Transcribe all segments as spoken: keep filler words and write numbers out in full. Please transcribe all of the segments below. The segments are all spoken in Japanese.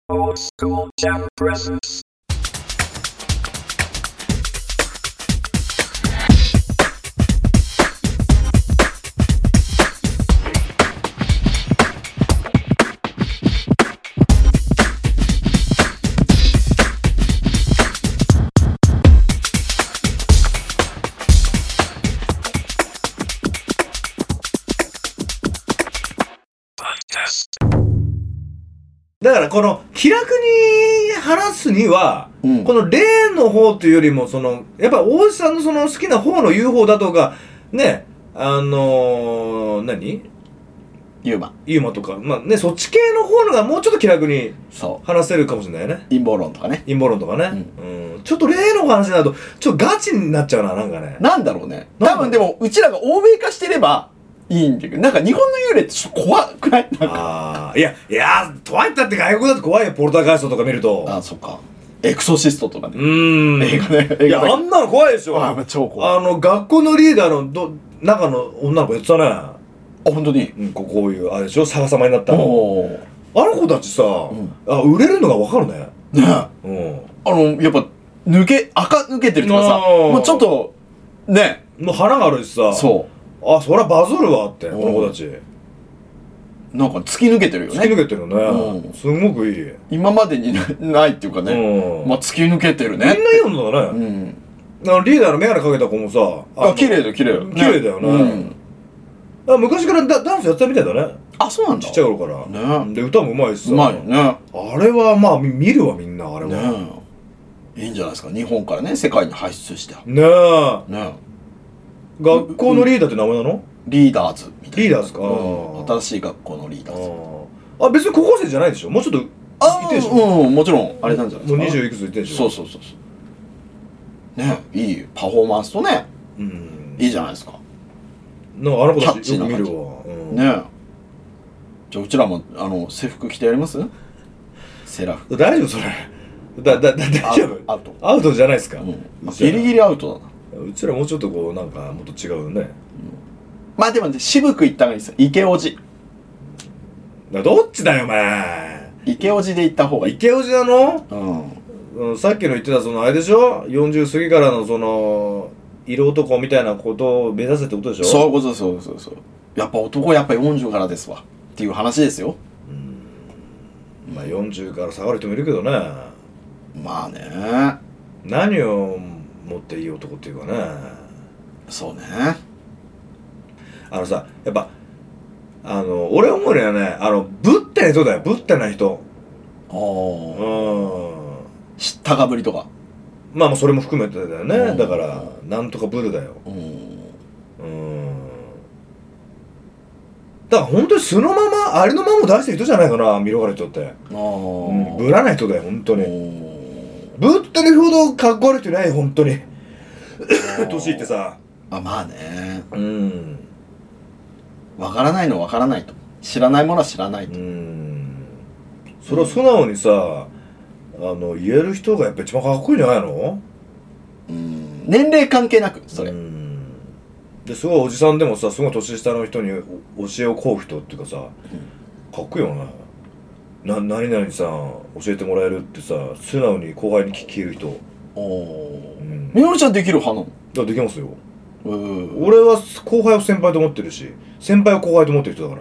Old School Jam Presents. だからこの気楽に話すには、うん、この例の方というよりもそのやっぱ大石さんのその好きな方の言う方だとかね、あのー、何ユーマユーマとか、まあね、そっち系の方のがもうちょっと気楽に話せるかもしれないね。 陰謀論とかね陰謀論とかね、うんうん、ちょっと例の話になるとちょっとガチになっちゃうな。なんかね、 なんだろうね、多分でもうちらが欧米化してればいいんだけど、なんか日本の幽霊ってちょっと怖くない？なんかああ、いやいや、とはいったって外国だと怖いよ。ポルターガイストとか見ると。 ああ、そっか。エクソシストとかね。 うーん。映画ね。いや、あんなの怖いでしょ。 ああ、超怖い。 あの、学校のリーダーのど、中の女の子やってたね。あ、 本当に？ うん、こういう、あれでしょ、逆さまになったの。あの子たちさ、うん、あ、売れるのがわかるね。 ねえ。うん。あの、やっぱ、抜け、垢抜けてるとかさ、もうちょっと、ね。 もう腹があるしさ。 そう。 あ、そりゃバズるわって、この子たち。 なんか突き抜けてるよね。 突き抜けてるね。うん、すごくいい。 今までにないっていうかね。うん、まあ突き抜けてるね。 みんないい女だね。うん。あのリーダーのメガネかけた子もさ、 あ、綺麗だよ綺麗。 綺麗だよね。うん、あ、昔からダダンスやってたみたいだね。 あ、そうなんだ。 ちっちゃい頃から。ね。で歌もうまいしさ。 うまいよね。 あれはまあ見るわみんなあれは。 ねえ。いいんじゃないですか。日本からね世界に輩出して。 ねえ。ねえ。学校のリーダーって名前なの？ リーダーズみたいな。 リーダーズか。 うん、新しい学校のリーダーズ。 あ、別に高校生じゃないでしょ。もうちょっといってでしょ。うん、もちろんあれなんじゃないですか。 もうにじゅういくついってでしょ。 そうそうそうそうね、いいパフォーマンスとね、うん、いいじゃないですか。 なんかあの子たちよく見るわ。 うん、ね。じゃあうちらもあの制服着てやります？セーラー服。 大丈夫それ？だだだ大丈夫？ アウト。 アウトじゃないですか。うん、 ギリギリアウトだな。 うちらもうちょっとこうなんかもっと違うよね、うん、 まあでもね渋く言った方がいいですよ。イケオジ。 どっちだよお前。 イケオジで言った方がいい。 イケオジなの？うん、さっきの言ってたそのあれでしょ、よんじゅう過ぎからのその色男みたいなことを目指せってことでしょ。 そういうことです。そうそうそう。やっぱ男やっぱよんじゅうからですわっていう話ですよ。 うん、まあよんじゅうから下がる人もいるけどね。 まあね、 何を持っていい男っていうかね。 そうね。 あのさ、やっぱあの俺思うにはね、あのぶってない人だよ。ぶってない人。ああ、うん、 知ったかぶりとか。 まあまあそれも含めてだよね。だからなんとかブルだよ。うん、だから本当に素のままありのまま出してる人じゃないかな、見ろがれ人って。あ、うん、ぶらない人だよ本当に。ぶってるほどかっこ悪い人いない本当に。年いってさ。 あ、まあね。 うん。 わからないのわからないと。知らないものは知らないと。うん。 それを素直にさ、あの言える人がやっぱ一番かっこいいんじゃないの？ うん。年齢関係なくそれ。うん。 ですごいおじさんでもさ、すごい年下の人に教えを請う人っていうかさ、うん、かっこいいよね。な、何々さん教えてもらえるってさ、素直に後輩に聞ける人。 おお。みのりちゃんできる派なの？ いや、できますよ。俺は後輩を先輩と思ってるし、先輩を後輩と思ってる人だから。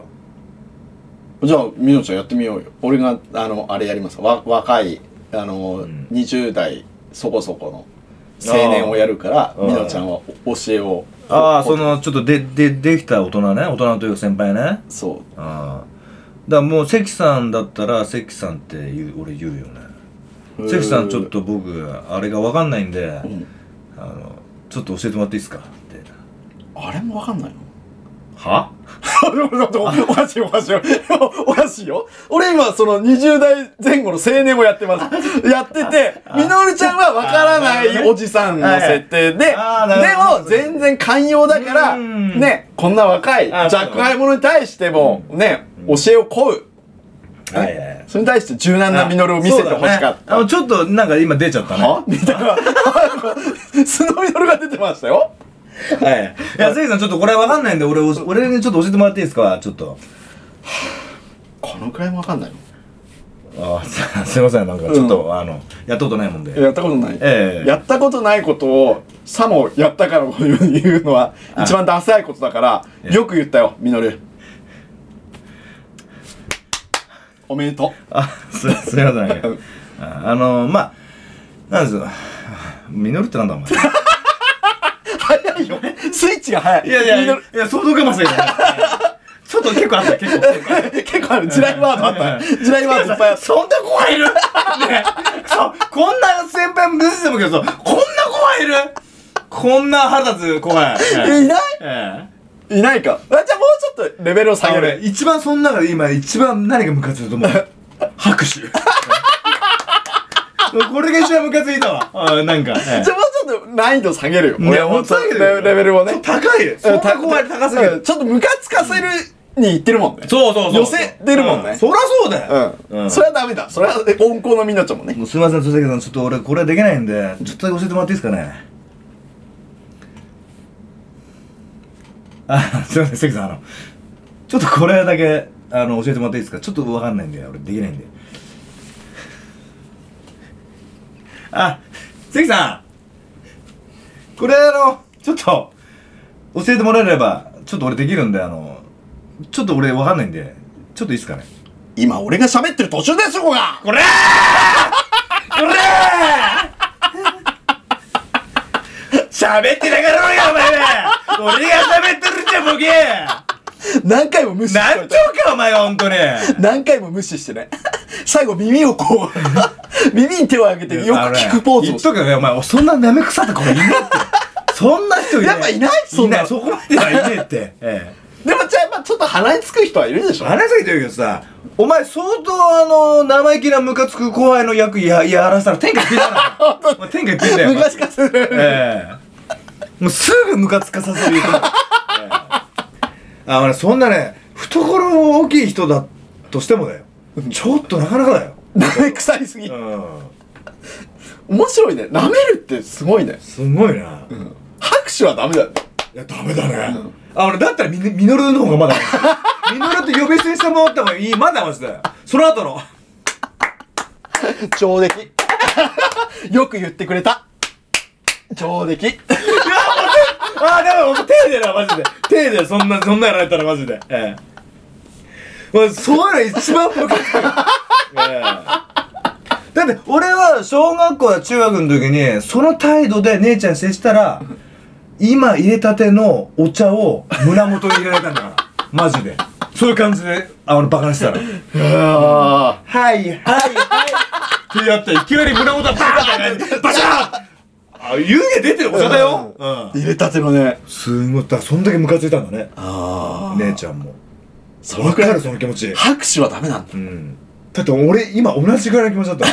じゃあみのりちゃんやってみようよ。俺があのあれやります。わ若いあの、うん、にじゅう代そこそこの青年をやるから、みのりちゃんは教えを。 ああ、そのちょっとででできた大人ね、大人という先輩ね。 そう。 ああ。だからもう関さんだったら関さんって言う、俺言うよね。関さんちょっと僕あれが分かんないんで、うん、あのちょっと教えてもらっていいですかって。 あれも分かんないの？ は？ おかしいおかしいおかしいよ。俺今そのにじゅう代前後の青年をやってます。やってて、みのるちゃんは分からないおじさんの設定で、でも全然寛容だからね、こんな若い若輩者に対してもね、教えを請う。はいはい、それに対して柔軟なミノルを見せてほしかった。 あ、ね、ちょっとなんか今出ちゃったね。 はみたいな。素のミノルが出てましたよ。 はい。いや、関さんちょっとこれわかんないんで、俺、俺にちょっと教えてもらっていいですか、ちょっと。 このくらいもわかんないの？ ああ、すいません、なんかちょっと、うん、あのやったことないもんで。 やったことない、 えー、 やったことないことをさもやったかのように言うのは一番ダサいことだから、よく言ったよ、みのる。おめでとう。 あ、す、すみません。あ, あのまあなんですよ、みのるってなんだお前。 早いよ、スイッチが早い。 いやいやいや、いや相当かませんよ。ちょっと結構あった、結構結構ある、地雷ワードあった、地雷ワードいっぱいあった。 そんな子がいるね、そう、こんな先輩も出ててもけどさ、こんな子がいる、こんな腹立つ子がいない、ええ、いないか。じゃあもうちょっとレベルを下げる。 一番その中で今一番何がムカつくと思う？拍手。これが一番ムカついたわ。あ、なんか、ええ、じゃあもうちょっと難易度下げるよ。 いや、もう下げるよ。 レベルをね。 高いよ。そんな怖い高すぎる。 ちょっとムカつかせるに言ってるもんね。 そうそうそう。 寄せてるもんね。 そりゃそうだよ。 うん。それはダメだ。それは温厚のみなちゃんもね。 もうすいません、辻崎さん、ちょっと俺これはできないんで、ちょっとだけ教えてもらっていいですかね。あ、すいません、関さん、あの、ちょっとこれだけ、あの、教えてもらっていいですか。ちょっとわかんないんで、俺できないんで。あ、関さん、これあの、ちょっと、教えてもらえれば、ちょっと俺できるんで、あの、ちょっと俺わかんないんで、ちょっといいですかね。 今俺が喋ってる途中ですよ、こがこれーこれー喋ってなかろうよ、お前ら俺が喋ってるんじゃ、ボケ何回も無視して何丁か、お前がほんとに何回も無視してね。最後耳をこう、耳に手を上げてよく聞くポーズを言っとくよね、お前、そんな舐め腐った子いないって。そんな人いない。 やっぱいないそんな。 そこまではいねえって。ええ。 でもじゃあやっぱちょっと鼻につく人はいるでしょ。 鼻についてるけどさ、お前相当あの生意気なムカつく後輩の役ややらせたら天下一品だな。天下一品だよ。 ムカつかせる。 ええ。もうすぐムカつかさせる。ええ、あ、俺そんなね、懐大きい人だとしてもだよ。ちょっとなかなかだよ。 舐め腐りすぎ。うん。面白いね。舐めるってすごいね。 すごいな。 うん。拍手はダメだよ。 いや、ダメだね。うん、あ、俺だったらみ、みのるの方がまだ。みのるって呼び捨てにしてもらった方がいい。まだマジだよ。その後の。 上出来。よく言ってくれた。上出来。いや、 あ、でも、手でな、マジで。手で、そんな、そんなやられたらマジで。ええ。まあ、そういうの一番ムカつく。ええ。だって、俺は小学校や中学の時に、その態度で姉ちゃんに接したら、今入れたてのお茶を胸元に入れられたんだから。マジで。そういう感じで、あの、バカにしたら。はい、はい、はい。ってやったらいきなり胸元がバーッてバシャーッ、あ、湯気出てるお茶だよ。 うん。入れたてのね。 すごい。だからそんだけムカついたんだね。 ああ。 姉ちゃんも。わかる、その気持ち。 拍手はダメなんだ。 うん。だって俺、今同じぐらいの気持ちだった。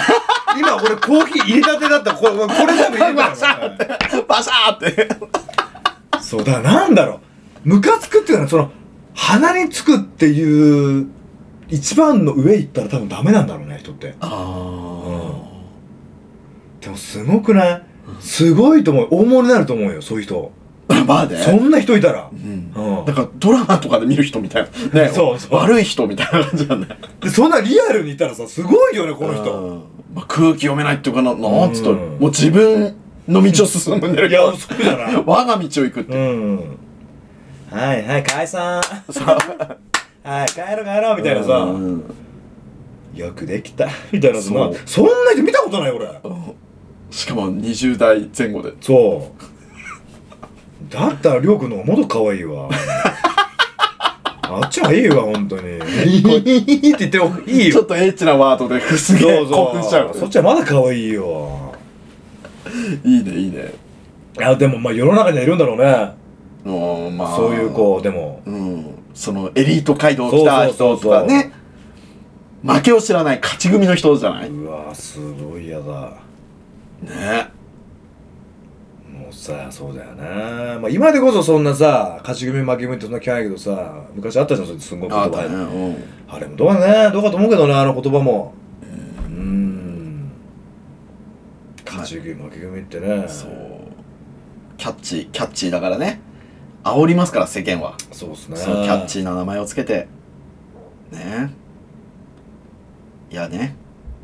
今俺コーヒー入れたてだったら、これ、これ多分入れたバシャーって。バシャーって。 そう、だからなんだろう。ムカつくっていうのは、その、鼻につくっていう、一番の上行ったら多分ダメなんだろうね、人って。 ああ、 うん。でもすごくない？すごいと思う。大物になると思うよ、そういう人。 まあね。 そんな人いたら。 うん。うん、だからドラマとかで見る人みたいな。ね。そうそう。悪い人みたいな感じなんだよ。 で、そんなリアルにいたらさ、すごいよね、この人。 まあ、空気読めないっていうかな、なんつったら、もう自分の道を進んでる。 いや、そうじゃない。 我が道を行くって。うん。 はいはい、解散。はい、帰ろう帰ろうみたいなさ。よくできた。みたいなさ。そんな人見たことない、俺。 しかもにじゅう代前後で。 そう。だったらりょうくんの方がもっと可愛いわ。あっちはいいわ、ほんとに。いいって言ってもいいよ。 ちょっとエッチなワードですげえ興奮しちゃう。 そっちはまだ可愛いよ。 いいね、いいね。 いや、でもまあ世の中にはいるんだろうね。 うん、まあ。 そういう子、でも。 うん。そのエリート街道来た人とかね。負けを知らない勝ち組の人じゃない？ うわ、すごい嫌だ。 ね。 もうさ、そうだよな。まあ今でこそそんなさ、勝ち組負け組ってそんな聞かないけどさ、昔あったじゃん、それすんごい言葉。 あったね。うん。 あれもどうかね、どうかと思うけどね、あの言葉も。うん。うん勝ち組負け組ってね。 そう。キャッチー、キャッチーだからね。煽りますから、世間は。 そうですね。 そう、キャッチーな名前をつけて。ね。いやね。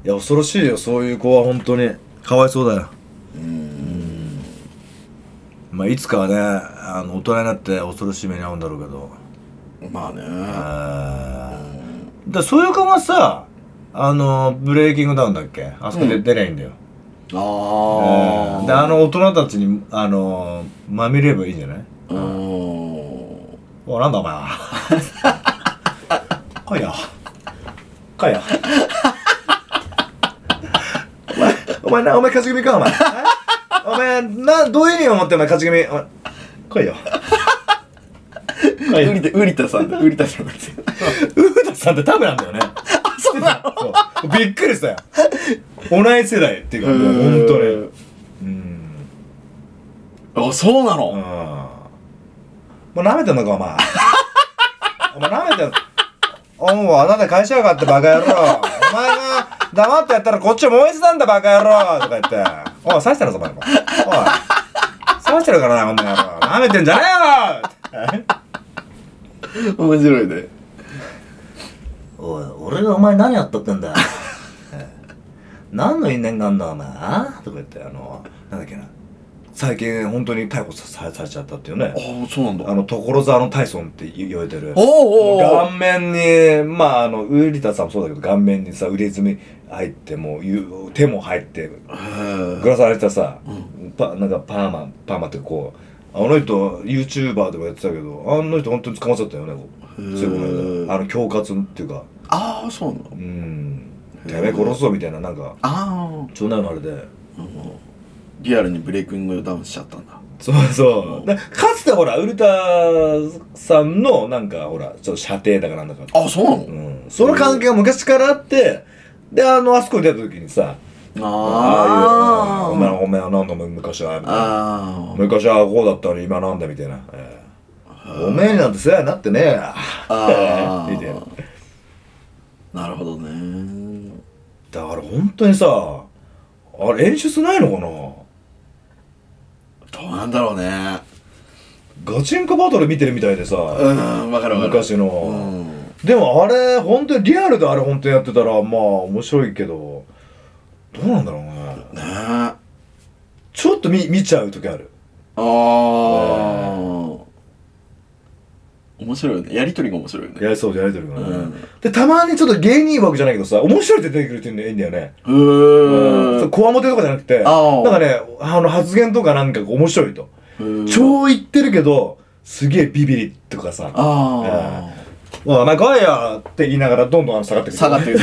いや恐ろしいよそういう子は本当にかわいそうだよ。うーんまあいつかはねあの大人になって恐ろしい目に遭うんだろうけどまあねあだそういう子がさあのブレイキングダウンだっけあそこで出りゃいいんだよ、 うん、ああであの大人たちにあのまみればいいんじゃない。 うーんおなんだお前は来いよ来いよお前お前なお前勝ち組かお前お前などういう意味を持ってお前勝ち組お前来いよウリタウリタさんだウリタさんだってウータさんってタメなんだよね。 あそうなのそうびっくりしたよ同い世代っていうかもう本当にうんあそうなの、 うんもう舐めてんのかお前お前舐めてんのおんわなんで返しやがってバカ野郎お前が黙ってやったらこっちは燃えてたんだバカ野郎とか言っておい刺してるぞお前もおい刺してるからなこんな野郎舐めてんじゃねえよ面白いね。 おい俺がお前何やったってんだ何の因縁があんだお前とか言ってあのなんだっけな最近本当に逮捕されちゃったっていうね。 ああそうなんだ。 あの所沢のタイソンって言われてる。 おおお顔面にまああのウリタさんもそうだけど顔面にさ腕墨入ってもう手も入ってグラサン入ってたさ、うん、パなんかパーマパーマってこうあの人 YouTuber でもやってたけどあの人本当に捕まっちゃったよね。ついこの間あの恐喝っていうか。 ああそうなんだ。 うんてめえ殺すぞみたいななんかああそんなのあれで、 うん、リアルにブレイキングダウンしちゃったんだ。 そうそうだかつてほらウルタさんのなんかほらちょっと射程だかなんだかあそうなの、うん、 その関係が昔からあってであのあそこに出た時にさああいうお前お前は何だも昔はみたいな昔はこうだったのに今なんだみたいな、えー、おめえなんて世話になってねえやあみたいな。 なるほどね。 だから本当にさあれ演出ないのかな。 どうなんだろうね。 ガチンコバトル見てるみたいでさ、 うん分かる分かる昔の、うん、でもあれ本当にリアルであれ本当にやってたらまあ面白いけどどうなんだろうね。ねちょっと 見, 見ちゃう時ある。ああ面白いよね。やりとりが面白いよね。 やりそうやりとりがね、うん、でたまにちょっと芸人枠じゃないけどさ面白いって出てくるっていうんだよね。へーこわもてとかじゃなくてなんかねあの発言とかなんか面白いと超言ってるけどすげえビビリとかさああお前来いよって言いながらどんどん下がってくる下がってくる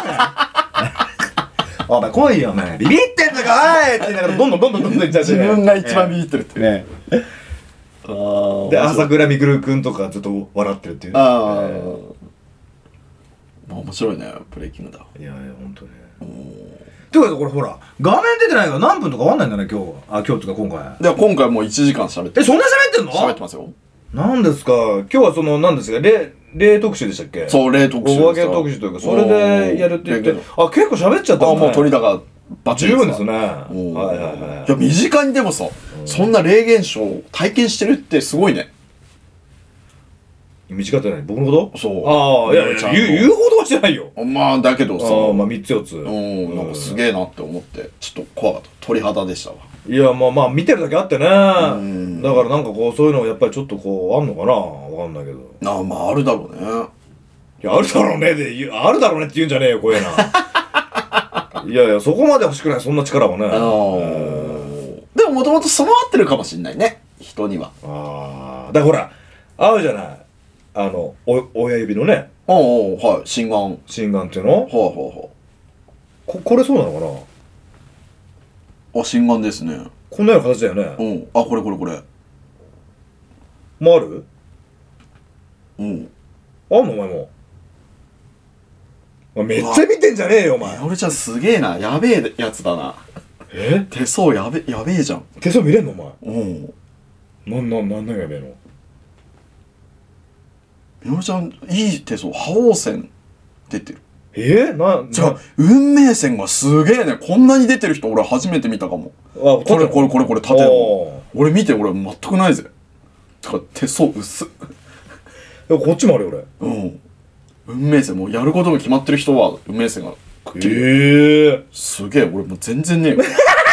お前来いよお前ビビってんのかおいって言いながらどんどんどんどんどんどんいっちゃう、ね、 自分が一番ビビってるってねあで朝倉未来くんとかずっと笑ってるっていう、ね、ああ、えー、 まあ面白いねブレイキングだ。 いやいやほんとねていうかこれほら画面出てないから何分とかわかんないんだね今日あ今日とか今回で今回もういちじかん喋ってえそんな喋ってんの。 喋ってますよ。 なんですか今日はその何ですか例例特集でしたっけ。 そう例特集おまけ特集というかそれでやるって言ってあ結構喋っちゃったんだ、ね、あもう鳥高バッチリ十分ですね。はいはいはい。 いや身近にでもさ、うん、そんな霊現象を体験してるってすごいね。 短ってない僕のこと。 そうああいやいや言うほどはしてないよ。 まあだけどさあまあみっつよっつうんなんかすげえなって思ってちょっと怖かった鳥肌でしたわ。 いやまあまあ見てるだけあってねだからなんかこうそういうのやっぱりちょっとこうあんのかなわかんないけどあまああるだろうね。 いやあるだろうねで言うあるだろうねって言うんじゃねえよ怖えないやいやそこまで欲しくないそんな力はね。あーでももともと備わってるかもしんないね人には。 ああだからほら合うじゃないあのお親指のねおおはい心眼心眼っていうのはいはいはいここれそうなのかな。 あ心眼ですね。 こんなような形だよね。 うんあこれこれこれもあるうんあんのお前もめっちゃ見てんじゃねえよお前。 俺ちゃんすげえなやべえやつだな。 え手相やべやべえじゃん。 手相見れんのお前。 うんなんなんなんなんやべえの。 みのりちゃんいい手相覇王線出てる。 えー、なじゃあ運命線がすげえね。こんなに出てる人俺初めて見たかも。あこれこれこれこれ縦の俺見て俺全くないぜ。だから手相薄っこっちもあるよ俺。 うん運命線もうやることが決まってる人は運命線がくっきり。 ええすげえ、俺もう全然ねえよ。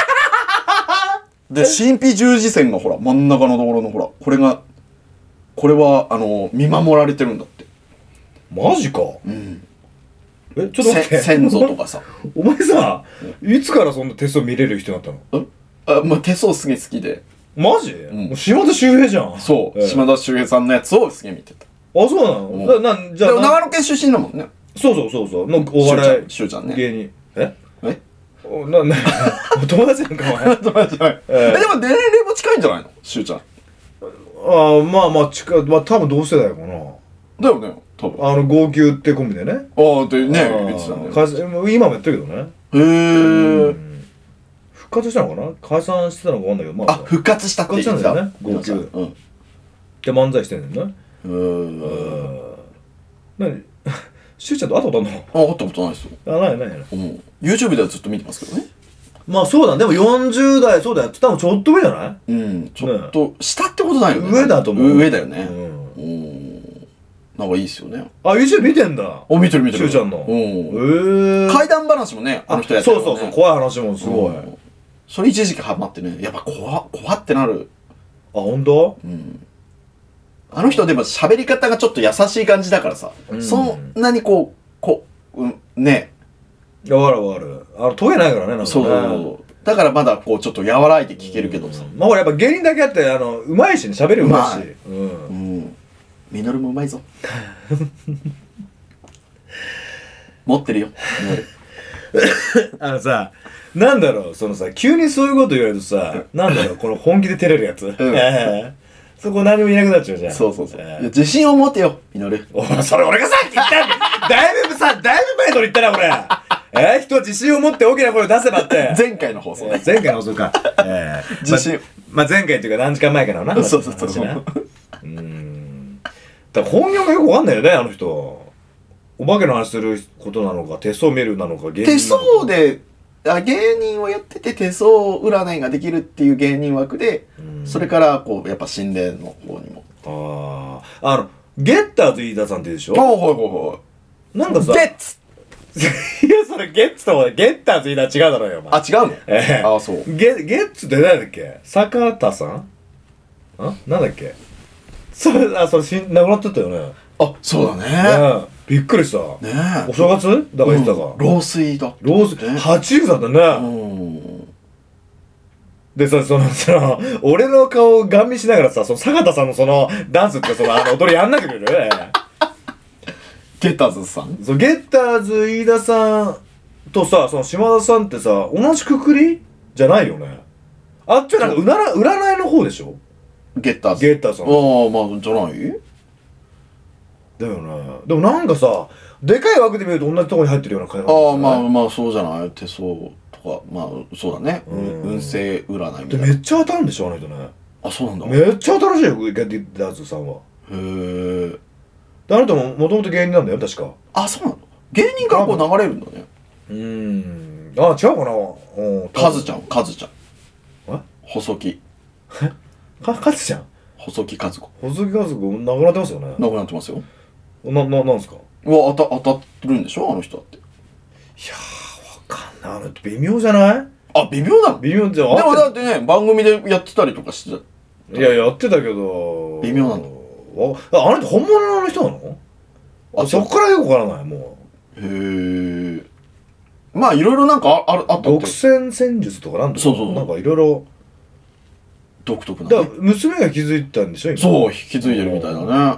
で、神秘十字線がほら、真ん中のところのほら、これが、これは、あの、見守られてるんだって。 マジか。 うん。 え、ちょっと待って。 せ先祖とかさ。 お前さ、いつからそんな手相見れる人になったの？ あ、まあ、手相すげえ好きで。 マジ？ んもう島田秀平じゃん。 そう、 ええ島田秀平さんのやつをすげえ見てた。 あ、そうなの？ うんな、なん、じゃあでもな、 長野県出身だもんね。 そうそうそうそう。のお笑いしゅうちゃんね。 芸人。え？ えおな、な、お友達なんかお前。 友達じゃない。 えええ、でも年齢も近いんじゃないのしゅうちゃん。 ああ、まあまあ、近い、まあ多分同世代かな。 だよね、多分。ああの、号泣ってコンビでね。 あ、でね、 あー言ってたね。 解散もう今もやってるけどね。 へー。 復活したのかな？解散してたのかわかんないけど、まあ、復活したって言ってた。 復活したんだよね皆さんうん。 で漫才してんねんね。 うーん。 なにしゅうちゃんと会ったことあんの？ あ、会ったことないですよ。 あ、ないないない。 うん。YouTube ではずっと見てますけどね。 まあそうだ、でもよんじゅう代、そうだよ。多分ちょっと上じゃない？ うん。ちょっと、下ってことないよね。 上だと思う。 上だよね。 うんうん。なんかいいっすよね。 あ、YouTube 見てんだ。 あ、見てる見てる。 しゅうちゃんの。 うん。 へえ。 怪談話もね、あの人やってるよね。 そうそうそう、怖い話もすごい。あ、 うんそれ一時期ハマってね、やっぱ怖、怖ってなる。 ほんと？ うん。あの人でも喋り方がちょっと優しい感じだからさ、 うんそんなにこう、こう、うん、ね。 わかるわかる。あの、トゲないからね、なんかね。 そうそうそう。だからまだこうちょっと和らいで聞けるけどさ。 まあ俺やっぱ芸人だけあって、あの、うまいしね、喋るうまいし。う。 うんん。ミノルもうまいぞ。持ってるよ。ミノル。 あのさ、なんだろう、そのさ、急にそういうこと言われるとさ、なんだろう、この本気で照れるやつ。ええそこ何もいなくなっちゃうじゃん。 そうそうそう。いえや自信を持てよ、ミノル。 お前、それ俺がさっき言ったんだだいぶさ、だいぶ前から言ったな、俺。えー、人は自信を持って大きな声を出せばって。 前回の放送ね。 前回の放送か。ええ自信。 まあ、前回っていうか何時間前からのな。 そうそうそうそう。 話なうーん。だから本業がよくわかんないよね、あの人。お化けの話することなのか、手相見るなのか、芸人手なのか。 相で、あ芸人をやってて手相占いができるっていう芸人枠で、 うんそれからこうやっぱ心霊の方にも。 ああ。あの、ゲッターズ飯田さんって言うでしょ？ あはいはいはなんかさ、 い。ゲッツいや、それゲッツとゲッターズ飯田違うだろうよ、お前。 あ、違うのええあそう。 ゲ、ゲッツって誰だっけ？坂田さん？んなんだっけ？それ、あ、それ死ん、亡くなってたよね。 あ、そうだね。 ねえびっくりした。 ねえ。 お正月だから言ってたか。 うん老衰だ。 ローズ、 ねはちじゅうだったうね。 ん。 でさ、その、その、俺の顔をガン見しながらさ、その坂田さんのその、ダンスってその、あの、踊りやんなくれる？ ゲッターズさんそう、ゲッターズ飯田さんとさ、その島田さんってさ、同じくくりじゃないよね。あっちはなんかうなら、占いの方でしょ？ ゲッターズ。 ゲッターさん。 ああ、まあ、じゃないだよね。でもなんかさ、でかい枠で見ると同じところに入ってるような感じなんだよああ、 ねまあまあ、そうじゃない手相とか、まあ、そうだね。 うん運勢占いみで、 たいな。 めっちゃ当たるんでしょ、あの人ね。 あ、そうなんだ。へめっちゃ当たるらしいよ、ゲッターズさんは。 え。 であの人ももともと芸人なんだよ、確か。 あ、そうなの芸人からこう流れるんだね。 うーん。あ、違うかなうん。 カズちゃん、カズちゃん。 え細木。 か、カズちゃん細木和子。 細木和子亡くなってますよね。 亡くなってますよ。 な、な、なんすか？ うわ、当た、当たってるんでしょあの人だって。 いやー、わかんない。あの人微妙じゃないあ、微妙なの微妙じゃでもだあってね、番組でやってたりとかしてた。 いや、やってたけど。 微妙なのわあ、あの人本物の人なの？ ああ、そっからよくわからない、もへえ。まあ、いろいろなんかああるあっう。 たって独占戦術とかなんとか。 そうそうそうなんかいろいろ。 独特な、 だからね。 娘が気づいたんでしょ今。 そう、引き継いでるみたいだね。なんか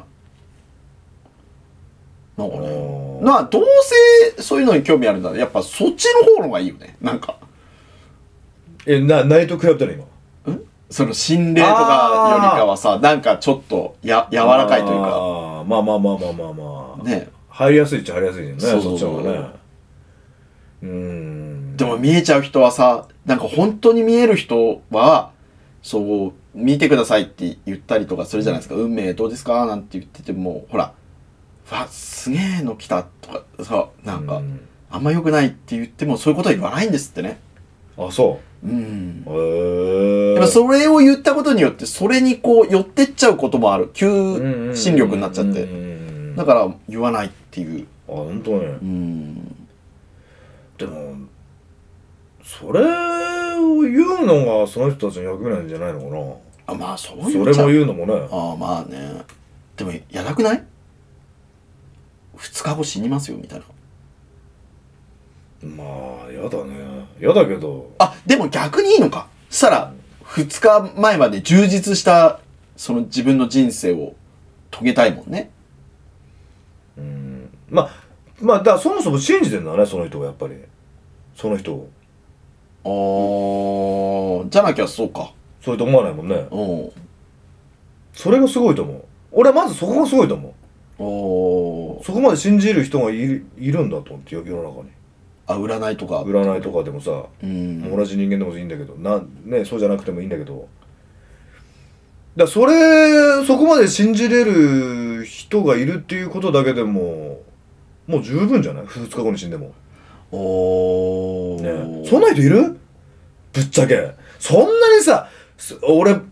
あね。 ーなあ、どうせそういうのに興味あるんだら、やっぱそっちの方のがいいよね。なんか。 え、な、何と比べたら今？ その心霊とかよりかはさ、なんかちょっとや柔らかいというか。 あーまあまあまあまあまあまあ。 ね。 入りやすいっちゃ入りやすいよね。 そうそうそうそっちの方がね。うーん。 でも見えちゃう人はさ、なんか本当に見える人は、そう、見てくださいって言ったりとかするじゃないですか。運命どうですかなんて言ってても、ほら、わ、すげえの来たとかさ、なんか、 うんあんま良くないって言ってもそういうことは言わないんですってね。 あ、そうんう。。へやっぱえ。 それを言ったことによって、それにこう寄ってっちゃうこともある。急心力になっちゃって。だから言わないっていう。 あ、ほんとね。 うん。 でもそれを言うのがその人たちの役目なんじゃないのかな。 あ、まあそういうそれも言うのもね。 ああ、まあね。でもやだくない？二日後死にますよみたいな。 まあやだね。やだけど。 あ、でも逆にいいのか。そしたら二日前まで充実したその自分の人生を遂げたいもんね。 うん。まあまあだからそもそも信じてんだね、その人がやっぱり。その人を。 ああ、じゃなきゃそうか。 そういうと思わないもんね。 うん。 それがすごいと思う。俺はまずそこがすごいと思う。 おー。 そこまで信じる人がいるいるんだと思って、世の中に。 あ、占いとか。 占いとかでもさ、 うん。 同じ人間でもいいんだけど、な、ね、そうじゃなくてもいいんだけど。だからそれ、そこまで信じれる人がいるっていうことだけでも、もう十分じゃない？二日後に死んでも。 おー。 ね、そんな人いる？ぶっちゃけ。そんなにさ、俺、ちょ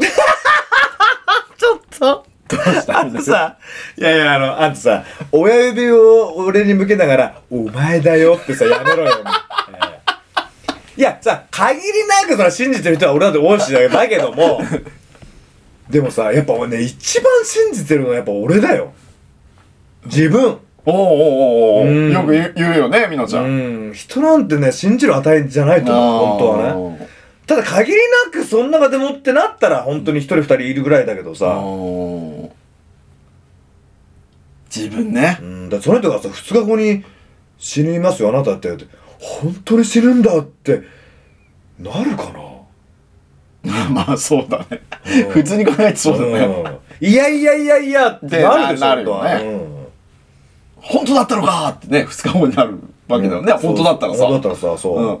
っと。 どうしたあんたさ、いやいや、あの、あんたさ、親指を俺に向けながら、お前だよってさ、やめろよ。いや、さ、限りなくそら信じてる人は俺だって多いしだけども、でもさ、やっぱ俺ね、一番信じてるのはやっぱ俺だよ。自分。 おーおーおーおうんー。よく言う言うよね、みのちゃん。 うん。人なんてね、信じる値じゃないと思う、本当はね。ただ限りなくそん中でもってなったら本当に一人二人いるぐらいだけどさ、 自分ね。 うん、だってその人がさ二日後に死にますよあなたって本当に死ぬんだってなるかな。 まあそうだね。 うん普通に考えてそうだね。 うん、いやいやいやいやってなるでしょ。 なるよね。うん、本当だったのかってね、二日後になるわけだよね。うん、本当だったらさ。 本当だったらさ、そう。うん、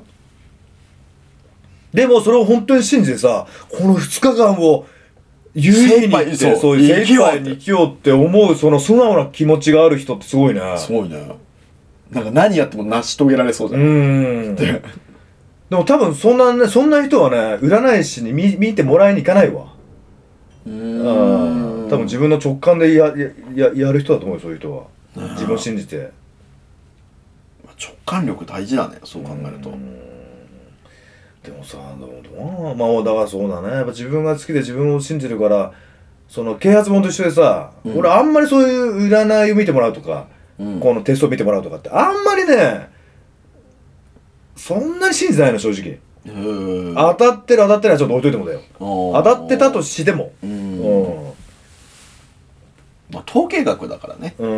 でもそれを本当に信じてさ、この二日間を有意義にって、そういう精一杯に生きようって思うその素直な気持ちがある人ってすごいね。 すごいね。なんか何やっても成し遂げられそうじゃん。うーん。でも多分そんなね、そんな人はね、占い師に 見, 見てもらいに行かないわ。うーん。多分自分の直感で や, や, やる人だと思うよ、そういう人は。自分を信じて。 直感力大事だね、そう考えると。 でもさ、どうまあだからそうだね。やっぱ自分が好きで自分を信じるから、その啓発本と一緒でさ、うん、俺あんまりそういう占いを見てもらうとか、うん、このテストを見てもらうとかってあんまりね、そんなに信じてないの正直。当たってる当たってないはちょっと置いといてもだよ。当たってたとしても。うん。うん、 まあ統計学だからね。うん。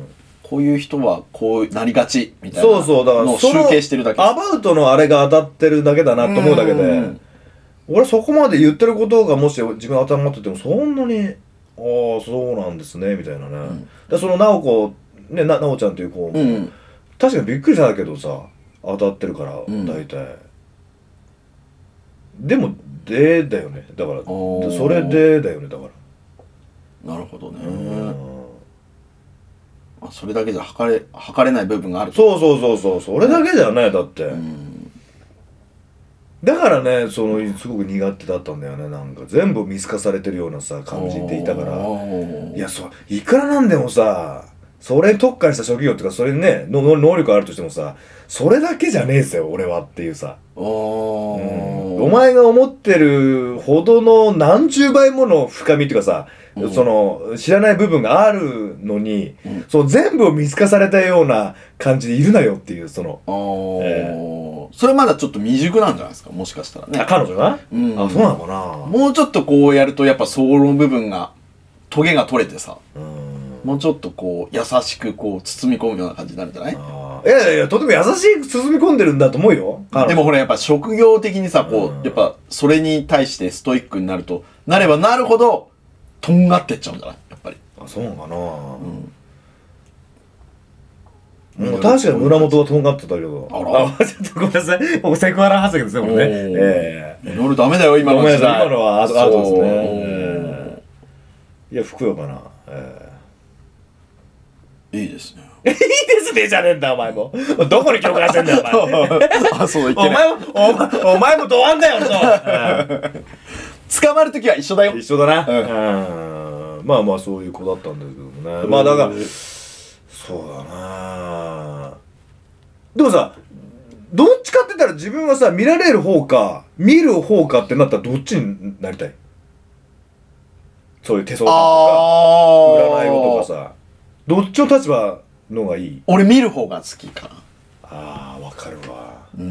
こういう人はこうなりがちみたいなそうそう、だからのを集計してるだけ。 アバウトのあれが当たってるだけだなと思うだけで、俺そこまで言ってることがもし自分当たっててもそんなに、ああそうなんですねみたいなね。うん、でその直子ね、な直ちゃんという子、うん、確かにびっくりしたけどさ、当たってるから大体、うん、でもでだよね、だからそれでだよね、だから。 なるほどね。それだけじゃ測れ測れない部分がある。 そうそうそうそう、それだけじゃない、だって、うん、だからね、そのすごく苦手だったんだよね。なんか全部見透かされてるようなさ感じていたから、いや、そういくらなんでもさ、それに特化した職業っていうか、それにねの能力あるとしてもさ、それだけじゃねえぜ俺はっていうさ、お、うん、お前が思ってるほどの何十倍もの深みっていうかさ、うん、その知らない部分があるのに、うん、その全部を見透かされたような感じでいるなよっていう、その、 えー、それまだちょっと未熟なんじゃないですか、もしかしたらね。 あ、彼女が、うん、あ、そうなのかな。 もうちょっとこうやるとやっぱその部分がトゲが取れてさ、うん、もうちょっとこう優しくこう包み込むような感じになるんじゃない？ あ、いやいやいや、とても優しく包み込んでるんだと思うよ。 でもほらやっぱ職業的にさ、こう、うん、やっぱそれに対してストイックになるとなればなるほどとんがってっちゃうんじゃない？やっぱり。 あ、そうかな。うん。うん、確かに村本はとんがってたけど。あら。あ、ちょっとごめんなさい。僕セクハラ発言ですね、これね。ええー。いろいろダメだよ、今の時代。 今のはアウトですね。えー、いや、ふくよかな。えー、いいですね。 いいですねじゃねえんだ、お前も。どこに共感してんだよ、お前。 あ、そう言ってお前も、お前、お前もドアンだよ、そう。 捕まるときは一緒だよ。 一緒だな。うん。まあまあそういう子だったんだけどもね。まあだから、そうだな。でもさ、 どっちかって言ったら自分はさ、見られる方か見る方かってなったらどっちになりたい？そういう手相とか占い事とかさ、どっちの立場のがいい？ 俺見る方が好きかな。 ああ、わかるわ。 うん、うん、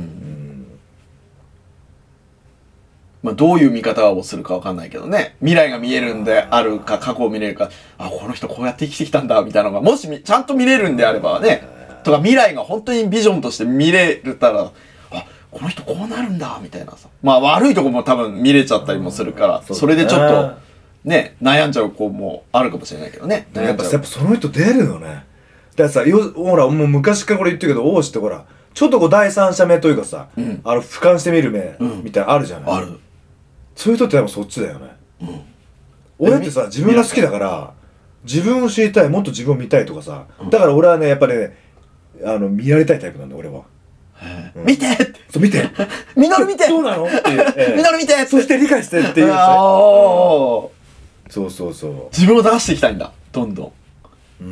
まあどういう見方をするかわかんないけどね、未来が見えるんであるか過去を見れるか、あ、この人こうやって生きてきたんだみたいなのがもしちゃんと見れるんであればね、とか未来が本当にビジョンとして見れたら、あ、この人こうなるんだみたいなさ、まあ悪いとこも多分見れちゃったりもするから、うん、それでちょっとね悩んじゃう子もあるかもしれないけどね。 やっぱやっぱその人出るよね。だからさ、よほらもう昔からこれ言ってるけど、王子ってほらちょっとこう第三者目というかさ、うん、あの俯瞰してみる目、うん、みたいなあるじゃない。 ある。 そういう人ってでもそっちだよね。うん、俺ってさ、自分が好きだから自分を知りたい、もっと自分を見たいとかさ、うん、だから俺はねやっぱね、あの見られたいタイプなんだ俺は。 うん、見てって。 そう見て。 みのる見て。 どうなのっていう。 みのる見て。 そして理解してっていう。 ああ。 そうそうそう。 自分を出していきたいんだ。どんどん。 うん。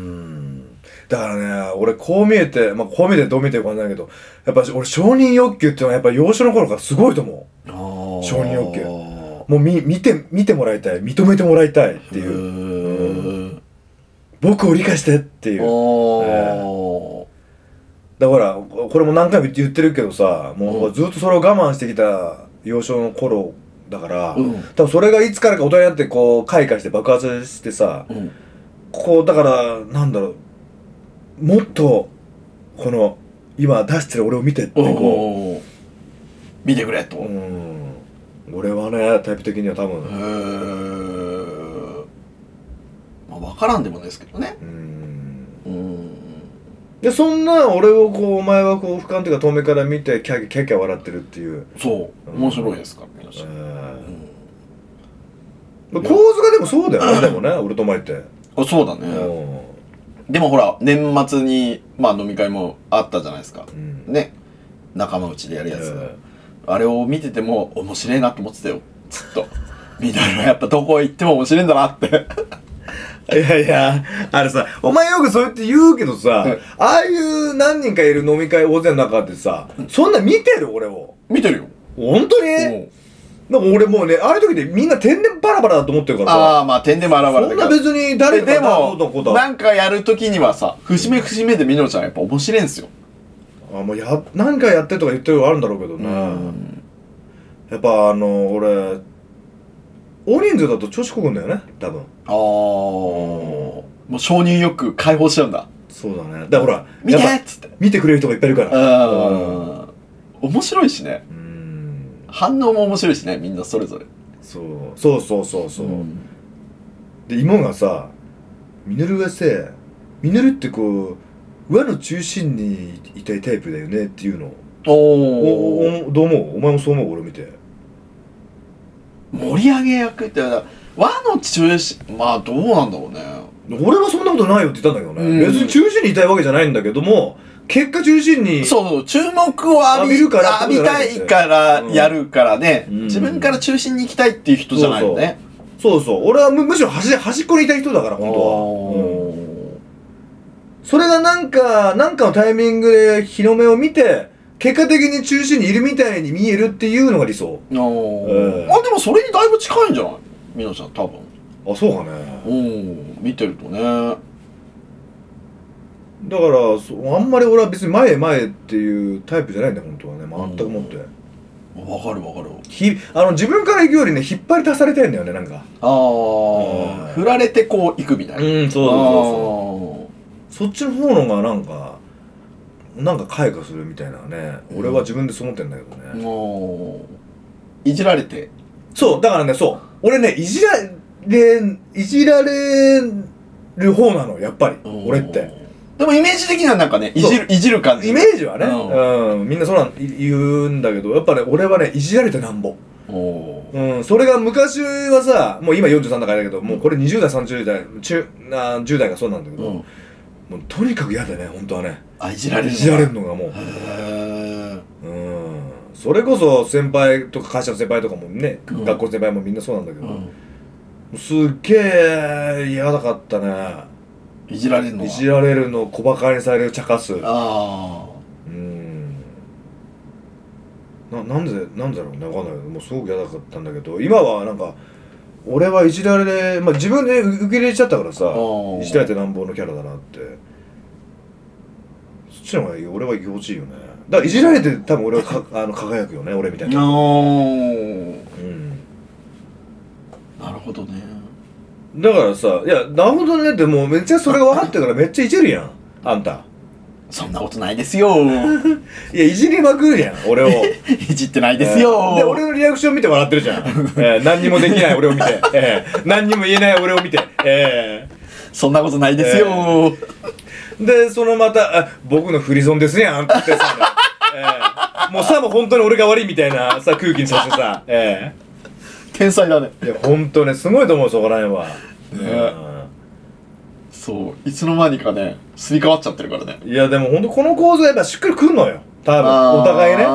だからね、俺こう見えて、まあこう見えてどう見えてるかわかんないけど、やっぱ俺承認欲求っていうのはやっぱ幼少の頃からすごいと思う。承認欲求。もう見見て見てもらいたい、認めてもらいたいっていう。うん、僕を理解してっていう。えーだからこれも何回も言ってるけどさ、もうずっとそれを我慢してきた幼少の頃だから、うん、多分それがいつからか大人になってこう開花して爆発してさ、うん、こうだからなんだろう、もっとこの今出してる俺を見てってこう見てくれと、うん、 俺はねタイプ的には多分へー、まあ分からんでもないですけどね。うん、 うんでそんな俺をこうお前はこう俯瞰というか遠目から見てキャキャキャキャ笑ってるっていう。 そう面白いですから皆さん、 うん、構図がでもそうだよねでもね俺とお前って。 あそうだね。でもほら年末にまあ飲み会もあったじゃないですか、うん、ね仲間内でやるやつ、あれを見てても面白いなと思ってたよずっと。みんなやっぱどこ行っても面白いんだなっていやいや、あれさ、お前よくそうやって言うけどさ、うん、ああいう何人かいる飲み会大勢の中でさ、うん、そんな見てる俺を。 見てるよ。 本当に？なんか俺もうね、ああいう時でみんな天然バラバラだと思ってるからさ。 ああ、まあ天然バラバラだそんな別に誰かでも、なんかやる時にはさ、節目節目でみのちゃんやっぱ面白いんですよ。 あ、もうや、何回やってとか言ってるのあるんだろうけどね。やっぱあの、俺、大人数だと調子こくんだよね多分。ああ、うん、 もう承認欲解放しちゃうんだ。 そうだね。だからほら見てっつって見てくれる人がいっぱいいるから。うん、 面白いしね。うん、反応も面白いしね、みんなそれぞれ。 そうそうそうそうそう、うん、で妹がさ、ミノルはさ、ミノルってこう輪の中心にいたいタイプだよねっていうの。おお、どう思う？お前もそう思う？俺見て盛り上げ役って輪の中心、まあどうなんだろうね。 俺はそんなことないよって言ったんだけどね、うん、別に中心にいたいわけじゃないんだけども、結果中心にそうそう注目を浴びるから浴びたいからやるからね、うん、自分から中心に行きたいっていう人じゃないよね。 そうそう、そうそう、俺は む, むしろ端端っこにいたい人だから本当は、うん、それがなんかなんかのタイミングで日の目を見て結果的に中心にいるみたいに見えるっていうのが理想。あ、えー、あでもそれにだいぶ近いんじゃないみのちゃん多分。 あ、そうかね。 うん、見てるとね。 だからそあんまり俺は別に前へ前へっていうタイプじゃないんだ本当はね、全くもって。 わかるわかる。 ひあの自分から行くよりね引っ張り出されたいんだよねなんか。ああ、振られてこう行くみたいな。 うん、そうそうそうそう。そっちの方のがなんか。なんか開花するみたいなね、うん、俺は自分でそう思ってんだけどね。もういじられて、 そうだからね、そう俺ねいじられいじられる方なのやっぱり俺って。 でもイメージ的にはなんかねいじるいじる感じ。 イメージはね、うん、うん、みんなそうなん言うんだけど、やっぱね俺はねいじられてなんぼ。うん、それが昔はさ、もう今よんじゅうさんだからだけど、もうこれにじゅう代さんじゅう代中あじゅう代がそうなんだけど、うん、もうとにかく嫌だね本当はね。 あ、いじられるのいじられるのがもう。へー、うん。それこそ先輩とか会社の先輩とかもね、うん、学校の先輩もみんなそうなんだけど、うん、すっげえ嫌だかったね。 いじられるのいじられるの、小馬鹿にされる、茶化す。ああ。うん。 ななんでなんだろうね、わかんないけど、もうすごく嫌だったんだけど、今はなんか俺はいじられ、まあ、自分で受け入れちゃったからさ、いじられてなんぼのキャラだなって、そっちの方がいい、俺は居心地いいよね。だからいじられて多分俺はかあの輝くよね、俺みたいな。うん、 なるほどね。 だからさ、いや、なるほどねって、もうめっちゃそれが分かってるからめっちゃいじるやん、あんた。 そんなことないですよいや、いじりまくるやん、俺を。 いじってないですよ、 えー、で、俺のリアクション見て笑ってるじゃん。えー、何にもできない俺を見て、えー、何にも言えない俺を見て、えー、そんなことないですよ、えー、で、そのまた、僕のフリゾンですやんって言ってさ、えー、もうさも本当に俺が悪いみたいなさ空気にさせてさ、えー、天才だね。 いや、本当ね、すごいと思う、そこら辺は。ね、 うんそう、いつの間にかね、すり替わっちゃってるからね。 いや、でもほんとこの構図はやっぱしっくりくんのよ。多分、お互いね。うん。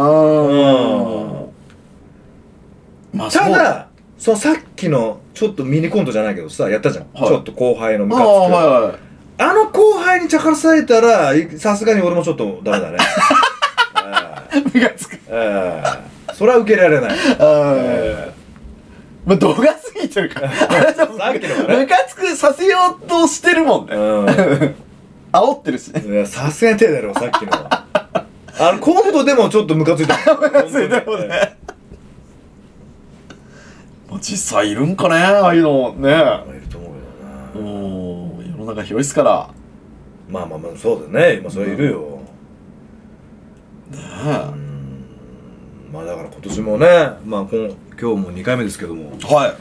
まあ、ただ、そのさっきの、ちょっとミニコントじゃないけどさ、やったじゃん。はい、ちょっと後輩のムカつく。あ、はいはい、あの後輩に茶化されたら、さすがに俺もちょっとダメだね。 ムカつく。 ええ。それは受けられない。ええ。 まあ、度が過ぎてるから。さっきのね。ムカつくさせようとしてるもんね。うん。煽ってるしね。 いや、さすがに手だろ、さっきの。あの、コントでもちょっとムカついた。 ムカついたもんね。まあ、実際いるんかね、ああいうのね。いると思うよな。 うん。世の中広いっすから。 まあまあまあ、そうだね。今それいるよ。 ねえ。 まあだから今年もね、まあ今今日もにかいめですけども、 はい。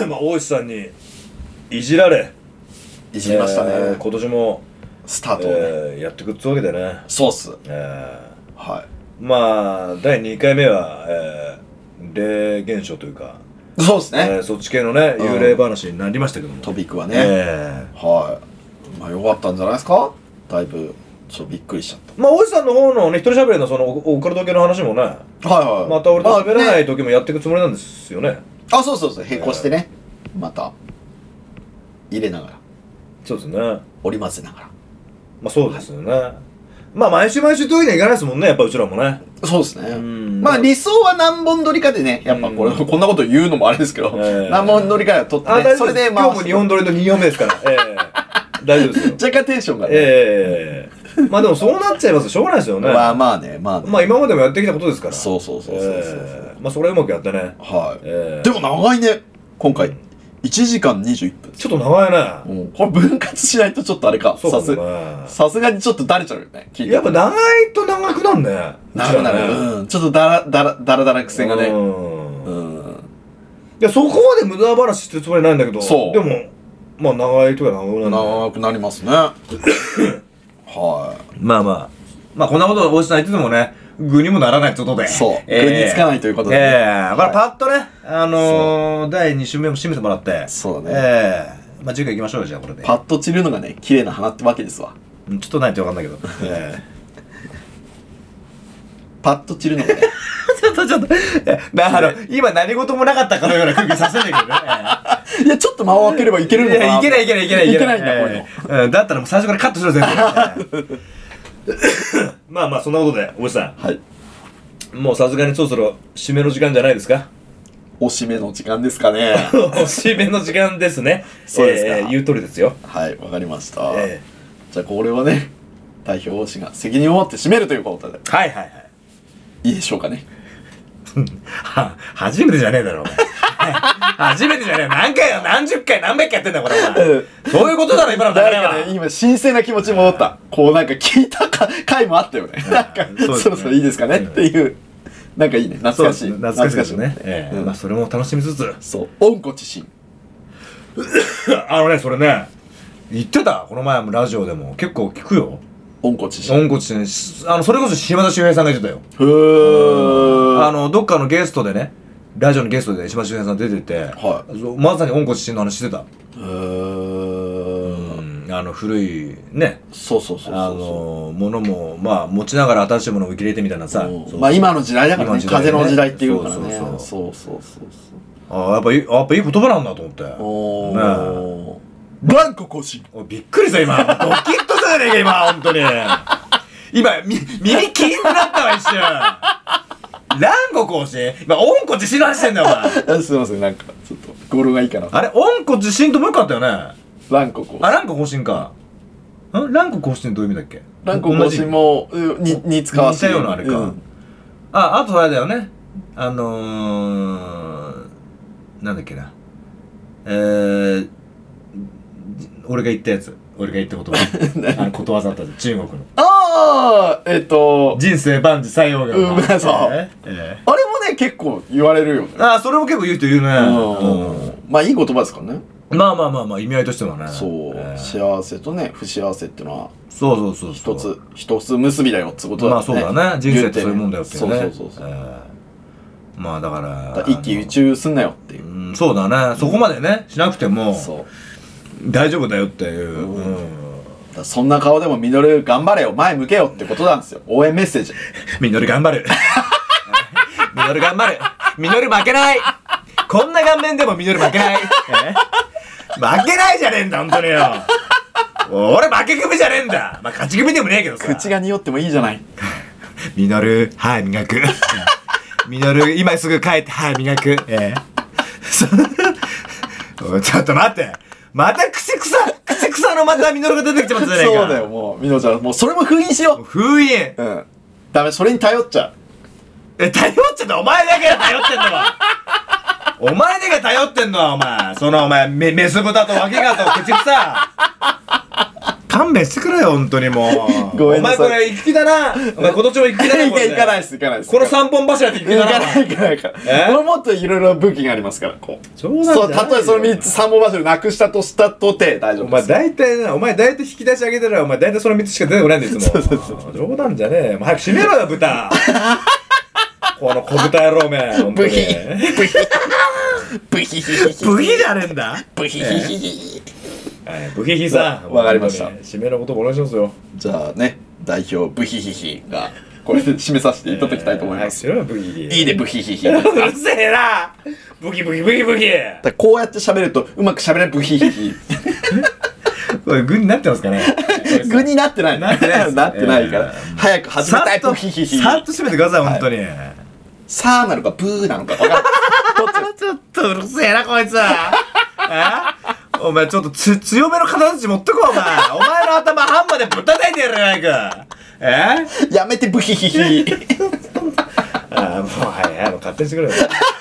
まあ大石さんにいじられ、 いじりましたね。 えー、今年もスタートをね、 えー、やってくってわけでね。 そうっす。 えー、はい。 まあだいにかいめは、えー、霊現象というか、 そうですね。 えー、そっち系のね、幽霊話になりましたけども、 トピックはね、 えー、 はい。まあ良かったんじゃないですか。だいぶ。ちょっとびっくりしちゃった。 まあ、大石さんの方のね、一人喋りのそのオカルト系の話もね、はいはい。また俺と喋らない時もやっていくつもりなんですよね。 あ、そうそうそう、並行してね、また入れながら。 そうですね。 織り交ぜながら。 まあそうですよね。まあ毎週毎週というわけにはいかないですもんね、やっぱうちらもね。 そうですね。まあ理想は何本撮りかでね、やっぱこれ、こんなこと言うのもあれですけど、何本撮りかで撮ってね、それでまあ。 今日もにほん撮りのにほんめですから。ええ。大丈夫ですよ。 若干テンションがね。 ええ。まあでもそうなっちゃいますとしょうがないですよね。 まあまあね、まあね。 まあ今までもやってきたことですから。 そうそうそうそうそう。 まあそれうまくやってね。 はい。でも長いね、今回。いちじかんにじゅういっぷん。 ちょっと長いね。 これ分割しないとちょっとあれか。さすさすがにちょっとだれちゃうよね。 やっぱ長いと長くなんね。 なるなる。うん。ちょっとだらだらだらだら癖がね。うん。 いやそこまで無駄話してるつもりないんだけど。そう。でもまあ長いとか長くなる。 長くなりますね。はい。 まあまあ。まあこんなこと大石さん言っててもね、具にもならないってことで。 そう。具につかないということで。 ええ。これパッとね、あの、だいに週目も締めてもらって。 そうだね。 ええ。まあ次回行きましょうよ、じゃあこれで。 パッと散るのがね、綺麗な花ってわけですわ。 ちょっとないってわかんないけど。ええ。 パッと散るのがね。 ちょっとちょっと。だから、今何事もなかったかのような空気させてるけどね。 いや、ちょっと間を空ければいけるのかな。 いや、いけないいけないいけないいけないんだ、これ。うん、だったらもう最初からカットしろ、全部。まあまあ、そんなことで、大石さん。 はい。 もうさすがにそろそろ締めの時間じゃないですか？ お締めの時間ですかね。 お締めの時間ですね。 そうですか。 えー、言う通りですよ。 はい、わかりました。えー、じゃあ、これはね、代表大石が責任を持って締めるということで。 はいはいはい。 いいでしょうかね。 は、初めてじゃねえだろ、お前。初めてじゃねえ。何回、何十回、何百回やってんだよ、これ、お前。そういうことだろ、今の流れは。 ね、今、新鮮な気持ち戻った。こう、なんか聞いたか回もあったよね。なんか、そろそろいいですかねっていう。なんかいいね。懐かしい。 懐かしいですね。ええ。まあ、それも楽しみつつ。 そう。温故知新。 あのね、それね、言ってたこの前もラジオでも。結構聞くよ。 温故知新。 温故知新。あの、それこそ島田秀平さんが言ってたよ。 へー。 あの、どっかのゲストでね、ラジオのゲストで島田秀平さん出てて、はい、まさに温故知新の話してた。へー。あの、古い、ね。 そうそうそうそう。 あの、ものも、まあ、持ちながら新しいものを受け入れてみたいなさ。 まあ、今の時代だからね。風の時代っていうからね。そうそうそうそう。 ああ、やっぱいい、やっぱいい言葉なんだと思って。 おー。ねブランコ更新。 びっくりした今。ドキッとしたじゃねえか今、ほんとに。今、み、耳キーンとなったわ、一瞬。 ランコ更新今温故知新の話してんだよお前すいません、なんかちょっと語呂がいいかな。 あれ温故知新ともよかったよね。 ランコ更新。 あランコ更新か。んランコ更新どういう意味だっけ。 ランコ更新もうにに使わせて似たようなあれか、うん、ああとあれだよね、あのー、なんだっけな、えー、俺が言ったやつ、俺が言った言葉あのことわざだったじゃん、中国の。 ああえっ、ー、と人生万事採用が、 うん、そう、 えーえー、 あれもね結構言われるよね。 ああそれも結構言う人言うね。 うん、まあいい言葉ですからね。 まあまあまあまあ意味合いとしてはね。 そう、えー、幸せとね不幸せっていうのはそうそうそう一つ一つ結びだよってことだね。 まあそうだね、人生ってそういうもんだよっていうね。 そうそうそうそう、えー、まあだからだから一喜一憂すんなよっていう、 うん、そうだね、そこまでねしなくてもそう大丈夫だよっていう、うんうん、 だそんな顔でもミノル頑張れよ前向けよってことなんですよ。応援メッセージミノル頑張るミノル頑張るミノル負けない、こんな顔面でもミノル負けない負けないじゃねえんだ本当によ俺負け組じゃねえんだ。まあ勝ち組でもねえけどさ、 口が匂ってもいいじゃない。 ミノルはい磨くミノル今すぐ帰ってはい磨く、ええちょっと待って、また口草口草のまたミノルが出てきちまったじゃねえか。 そうだよ、もうミノちゃんもうそれも封印しよう。 封印、 うん、ダメ、それに頼っちゃう。 え頼っちゃったお前だけが頼ってんのはお前だけが頼ってんのはお前そのお前メメス豚と脇がと口草勘弁してくれよ本当にもうごめんなさい。お前これ行きだなお前今年も行きだな行かないっす行かないっす。 この三本柱で行きだな。 行かない行かない行かない。これもっといろいろ武器がありますからこう冗談じゃないよ。 そう、たとえそのみっつ三本柱なくしたとしたとて大丈夫です。 お前大体なお前大体引き出し上げてるらお前大体そのみっつしか出てこないんですもん。 そうそうそう冗談じゃねえよ。早く閉めろよ豚この小豚野郎めブヒブヒブヒヒヒブヒじゃねえんだブヒヒヒヒブヒヒさんわかりました。 締めの言葉お願いしますよ。 じゃあね代表ブヒヒヒがこれで締めさせていただきたいと思います。 いいねブヒヒヒ。 うるせえなブヒブヒブヒブヒ。 だこうやって喋るとうまく喋れないブヒヒヒ。 これ具になってますかね。 具になってない。 なってない。 なってないから早く始めたいブヒヒヒ。 さっと締めてください本当に。 さーなのかブーなのか分かんない。 ちょっとうるせえなこいつお前ちょっとつ強めの形持ってこお前お前の頭ハンマーでぶったたいてやるじゃないか。えやめてブヒヒヒ。 ああもうはいはいもう勝手にしてくれよ。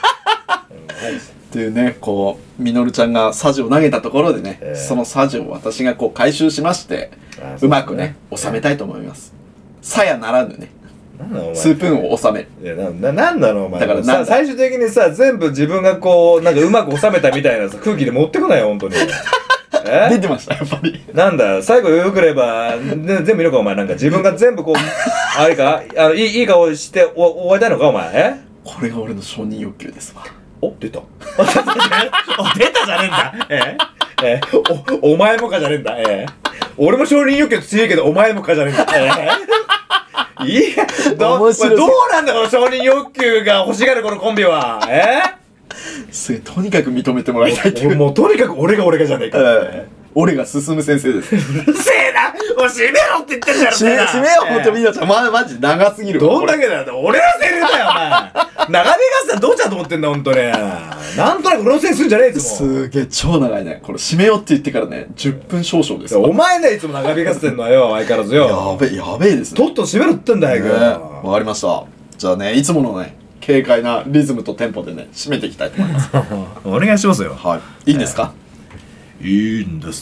っていうねこうミノルちゃんがサジを投げたところでね、えー、そのサジを私がこう回収しまして う, うまくね収めたいと思います。さやならぬねスープーンを収める。 いやなななんだろうお前。 だからさ最終的にさ全部自分がこうなんかうまく収めたみたいなさ空気で持ってこないよ本当に。え出てましたやっぱり。 なんだ最後よくれば全部見るかお前なんか自分が全部こうあれかあのいいいい顔してお終わりたいのかお前。えこれが俺の承認欲求ですわ。 お出た。お出たじゃねえんだ。ええおお前もかじゃねえんだ。え俺も承認欲求強いけどお前もかじゃねえんだ。えいやど, どうなんだこの承認欲求が欲しがるこのコンビは。えすげえとにかく認めてもらいたいっていう。 もうとにかく俺が俺がじゃねえか、 えー、俺が進む先生です。うるせえなもう閉めろって言ってんだろ。 閉め閉めようってみんなちゃんまマジ長すぎる。 どんだけだよ俺のセリフだよお前。長引かせたらどうちゃうと思ってんだほんとね。なんとなくこのせいすんじゃねえいつも。 すげえ超長いねこれ閉めようって言ってからねじゅっぷん少々です。 お前ねいつも長引かせてんのよ相変わらずよ。 やべえやべえですね。 とっと閉めろって言ってんだよ早く。わかりました。じゃあねいつものね軽快なリズムとテンポでね締めていきたいと思います。 お願いしますよ。 はいいいんですか。 いいんです。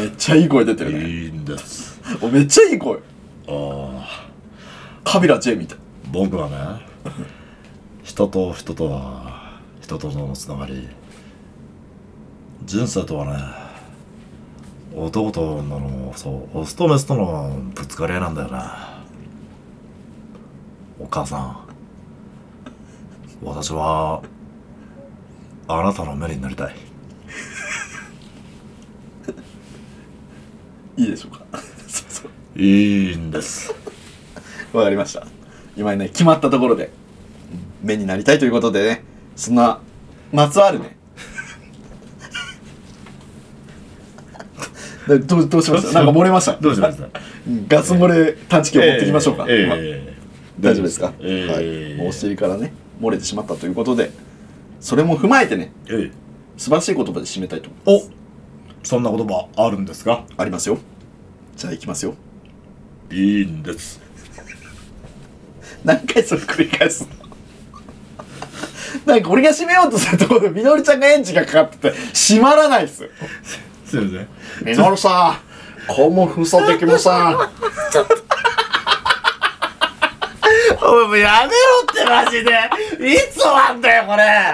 めっちゃいい声出てるね。 いいんです。 おめっちゃいい声。 ああカビラ J みたい。 僕はね人と人とは人とのつながり人生とはね男と女のそうオスとメスとのぶつかり合いなんだよな。お母さん私はあなたの目になりたい。 いいでしょうか。そうそういいんです。 わかりました。今ね決まったところで目になりたいということでねそんなまつわるねどうどうしました。なんか漏れました。 どうしました。 ガス漏れ探知機を持ってきましょうか。 えーえー大丈夫ですか、 えーはい、もうお尻からね漏れてしまったということで、それも踏まえてね、 えー、 素晴らしい言葉で締めたいと思います。 お、そんな言葉あるんですか？ ありますよ。じゃあいきますよ。 いいんです。 何回それ繰り返すのなんか俺が締めようとするところでみのりちゃんがエンジンがかかってて閉まらないっす。 すいません。 みのるさん、肛門封鎖的もさんおいもうやめろってマジで。いつ終わんだよこれ。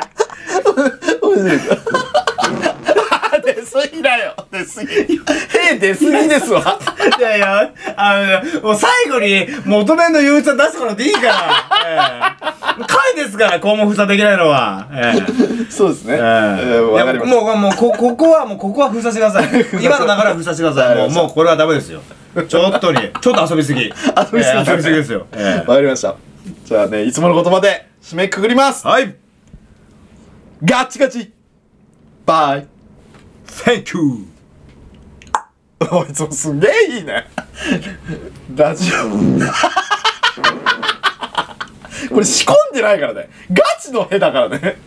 出すぎだよ、出すぎ。へ出すぎですわ。 いやいや、あの、もう最後に求めんの憂鬱さ出してもらっていいから。ええ、回ですから、肛門封鎖できないのは。ええ、 そうですね。えええ、 ー、わかりました。 もう、もう、こ、ここは、もう、ここは封鎖してください。今の流れは封鎖してください。もう、もう、これはダメですよ。ちょっとに、ちょっと遊びすぎ。遊びすぎ、 えー、遊びすぎですよ。ええ、 わかりました。じゃあね、いつもの言葉で締めくくります。 はい。 ガチガチ。バイ。 Thank you。 おい、そうすげえいいね。ラジオ。これ仕込んでないからね。ガチのへだからね。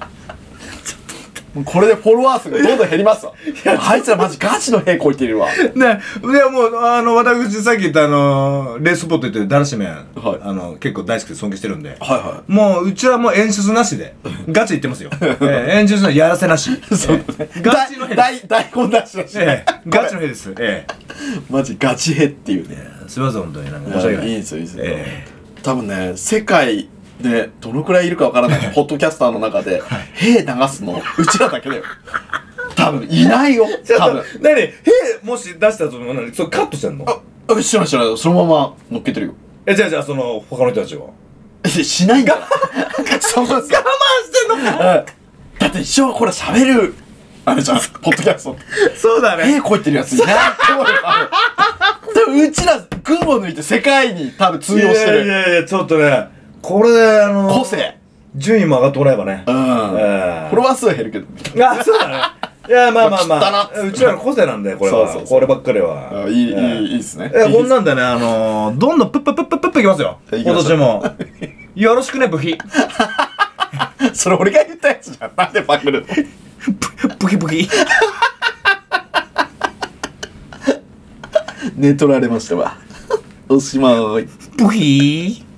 もうこれでフォロワー数がどんどん減りますわ。あいつらマジガチのへこいてるわ。 ね、でもう、あの、私さっき言ったあの、レースポット言ってるダラシメン、 はい、 あの、結構大好きで尊敬してるんで、 はいはい。 もう、うちはもう演出なしで、ガチ言ってますよ。えー、演出のやらせなし。 そうね。 えー、ガチのへです。 大根出しだし。 えー、ガチのへです。えー、マジガチへっていうね。 すみません、本当に。なんか申し訳ない。 いいですよ、いいですよ。 えー、多分ね、世界でどのくらいいるかわからないポッドキャスターの中で、へ流すの、うちらだけだよ。多分いないよ。多分。 何？へもし出したと思うのに、それカットしてんの？ あ、知らない知らない。そのまま乗っけてるよ。 え、じゃあじゃあその他の人たちは？ え、しないんだ。そう我慢してんのか。だって一生これ喋るあれじゃん。ポッドキャスト。 そうだね。 へこいてるやついない。多分うちら群を抜いて世界に多分通用してる。 いやいやいや、ちょっとね、これであの個性。 順位も上がってもらえばね。 うん。 えー、 フォロワー数は減るけど。 あ、そうだね。いや、まあまあまあ、 うちらの個性なんで、これは。 そうそうそう、 こればっかりは。 いい、いい、いいっすね。 え、こんなんでね、あのー、どんどんプップップップップップいきますよ。今年も。よろしくね、ブヒ。 それ俺が言ったやつじゃん。なんでパクるの？ ブヒブヒ。 寝取られましたわ。おしまい。 ブヒー。